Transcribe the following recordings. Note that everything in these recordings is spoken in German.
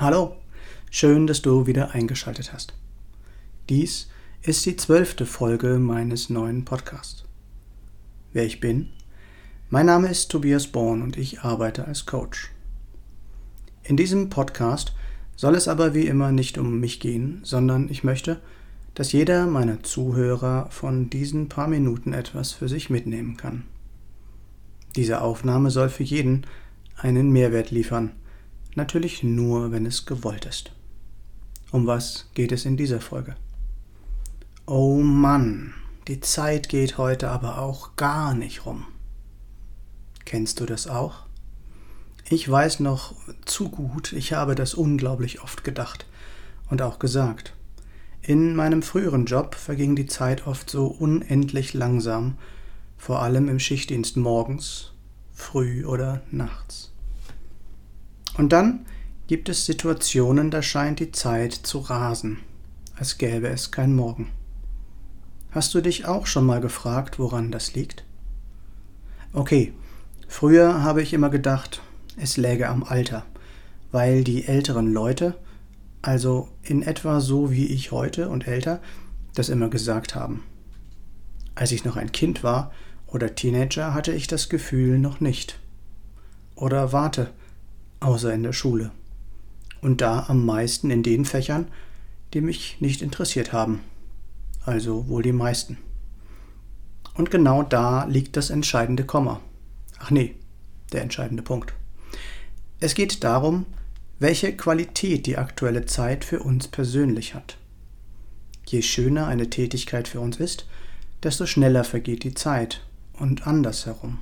Hallo, schön, dass du wieder eingeschaltet hast. Dies ist die 12. Folge meines neuen Podcasts. Wer ich bin? Mein Name ist Tobias Born und ich arbeite als Coach. In diesem Podcast soll es aber wie immer nicht um mich gehen, sondern ich möchte, dass jeder meiner Zuhörer von diesen paar Minuten etwas für sich mitnehmen kann. Diese Aufnahme soll für jeden einen Mehrwert liefern, natürlich nur, wenn es gewollt ist. Um was geht es in dieser Folge? Oh Mann, die Zeit geht heute aber auch gar nicht rum. Kennst du das auch? Ich weiß noch zu gut, ich habe das unglaublich oft gedacht und auch gesagt. In meinem früheren Job verging die Zeit oft so unendlich langsam, vor allem im Schichtdienst morgens, früh oder nachts. Und dann gibt es Situationen, da scheint die Zeit zu rasen, als gäbe es kein Morgen. Hast du dich auch schon mal gefragt, woran das liegt? Okay, früher habe ich immer gedacht, es läge am Alter, weil die älteren Leute, also in etwa so wie ich heute und älter, das immer gesagt haben. Als ich noch ein Kind war oder Teenager, hatte ich das Gefühl noch nicht. Oder warte, außer in der Schule. Und da am meisten in den Fächern, die mich nicht interessiert haben. Also wohl die meisten. Und genau da liegt das entscheidende Komma. Ach nee, der entscheidende Punkt. Es geht darum, welche Qualität die aktuelle Zeit für uns persönlich hat. Je schöner eine Tätigkeit für uns ist, desto schneller vergeht die Zeit und andersherum.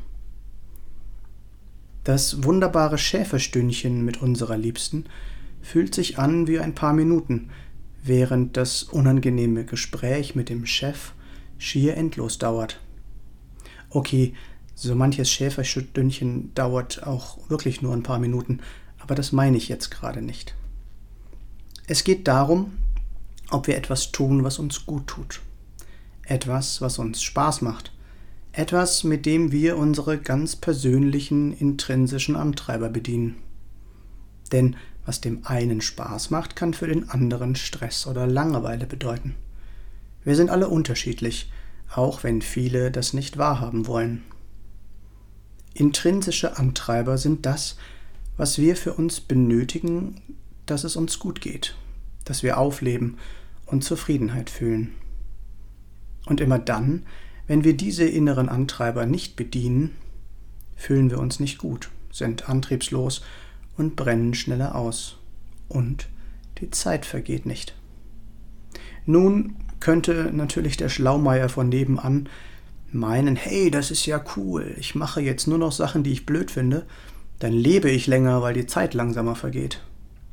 Das wunderbare Schäferstündchen mit unserer Liebsten fühlt sich an wie ein paar Minuten, während das unangenehme Gespräch mit dem Chef schier endlos dauert. Okay, so manches Schäferstündchen dauert auch wirklich nur ein paar Minuten, aber das meine ich jetzt gerade nicht. Es geht darum, ob wir etwas tun, was uns gut tut. Etwas, was uns Spaß macht. Etwas, mit dem wir unsere ganz persönlichen, intrinsischen Antreiber bedienen. Denn was dem einen Spaß macht, kann für den anderen Stress oder Langeweile bedeuten. Wir sind alle unterschiedlich, auch wenn viele das nicht wahrhaben wollen. Intrinsische Antreiber sind das, was wir für uns benötigen, dass es uns gut geht, dass wir aufleben und Zufriedenheit fühlen. Und immer dann, wenn wir diese inneren Antreiber nicht bedienen, fühlen wir uns nicht gut, sind antriebslos und brennen schneller aus. Und die Zeit vergeht nicht. Nun könnte natürlich der Schlaumeier von nebenan meinen, hey, das ist ja cool, ich mache jetzt nur noch Sachen, die ich blöd finde, dann lebe ich länger, weil die Zeit langsamer vergeht.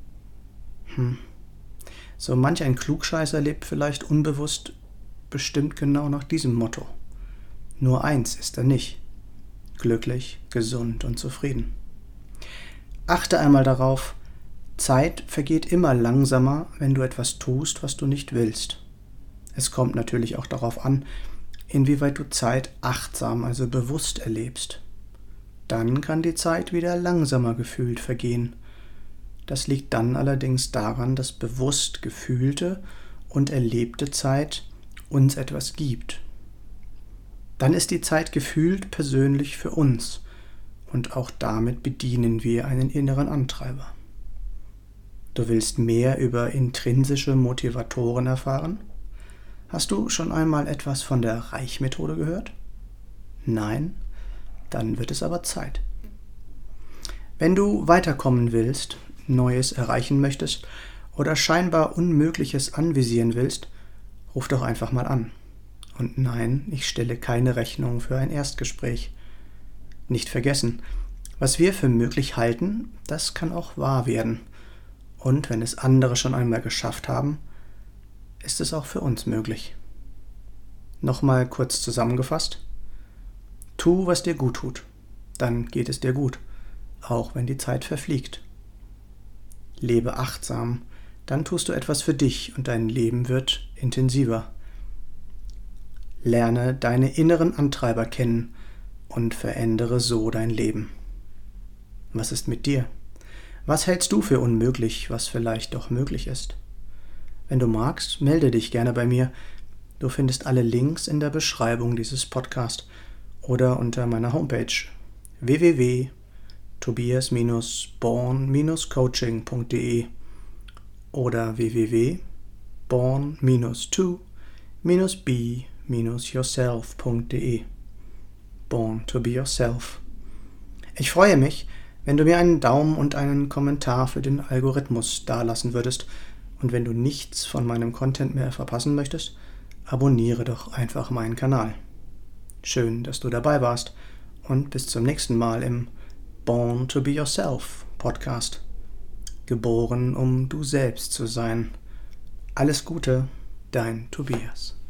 So manch ein Klugscheißer lebt vielleicht unbewusst bestimmt genau nach diesem Motto. Nur eins ist er nicht: glücklich, gesund und zufrieden. Achte einmal darauf, Zeit vergeht immer langsamer, wenn du etwas tust, was du nicht willst. Es kommt natürlich auch darauf an, inwieweit du Zeit achtsam, also bewusst erlebst. Dann kann die Zeit wieder langsamer gefühlt vergehen. Das liegt dann allerdings daran, dass bewusst gefühlte und erlebte Zeit uns etwas gibt. Dann ist die Zeit gefühlt persönlich für uns und auch damit bedienen wir einen inneren Antreiber. Du willst mehr über intrinsische Motivatoren erfahren? Hast du schon einmal etwas von der Reich-Methode gehört? Nein? Dann wird es aber Zeit. Wenn du weiterkommen willst, Neues erreichen möchtest oder scheinbar Unmögliches anvisieren willst, ruf doch einfach mal an. Und nein, ich stelle keine Rechnung für ein Erstgespräch. Nicht vergessen, was wir für möglich halten, das kann auch wahr werden. Und wenn es andere schon einmal geschafft haben, ist es auch für uns möglich. Nochmal kurz zusammengefasst: Tu, was dir gut tut, dann geht es dir gut, auch wenn die Zeit verfliegt. Lebe achtsam, dann tust du etwas für dich und dein Leben wird intensiver. Lerne deine inneren Antreiber kennen und verändere so dein Leben. Was ist mit dir? Was hältst du für unmöglich, was vielleicht doch möglich ist? Wenn du magst, melde dich gerne bei mir. Du findest alle Links in der Beschreibung dieses Podcasts oder unter meiner Homepage www.tobias-born-coaching.de oder www.born-to-be-yourself.de. Born to be yourself. Ich freue mich, wenn du mir einen Daumen und einen Kommentar für den Algorithmus dalassen würdest. Und wenn du nichts von meinem Content mehr verpassen möchtest, abonniere doch einfach meinen Kanal. Schön, dass du dabei warst und bis zum nächsten Mal im Born to be Yourself Podcast. Geboren, um du selbst zu sein. Alles Gute, dein Tobias.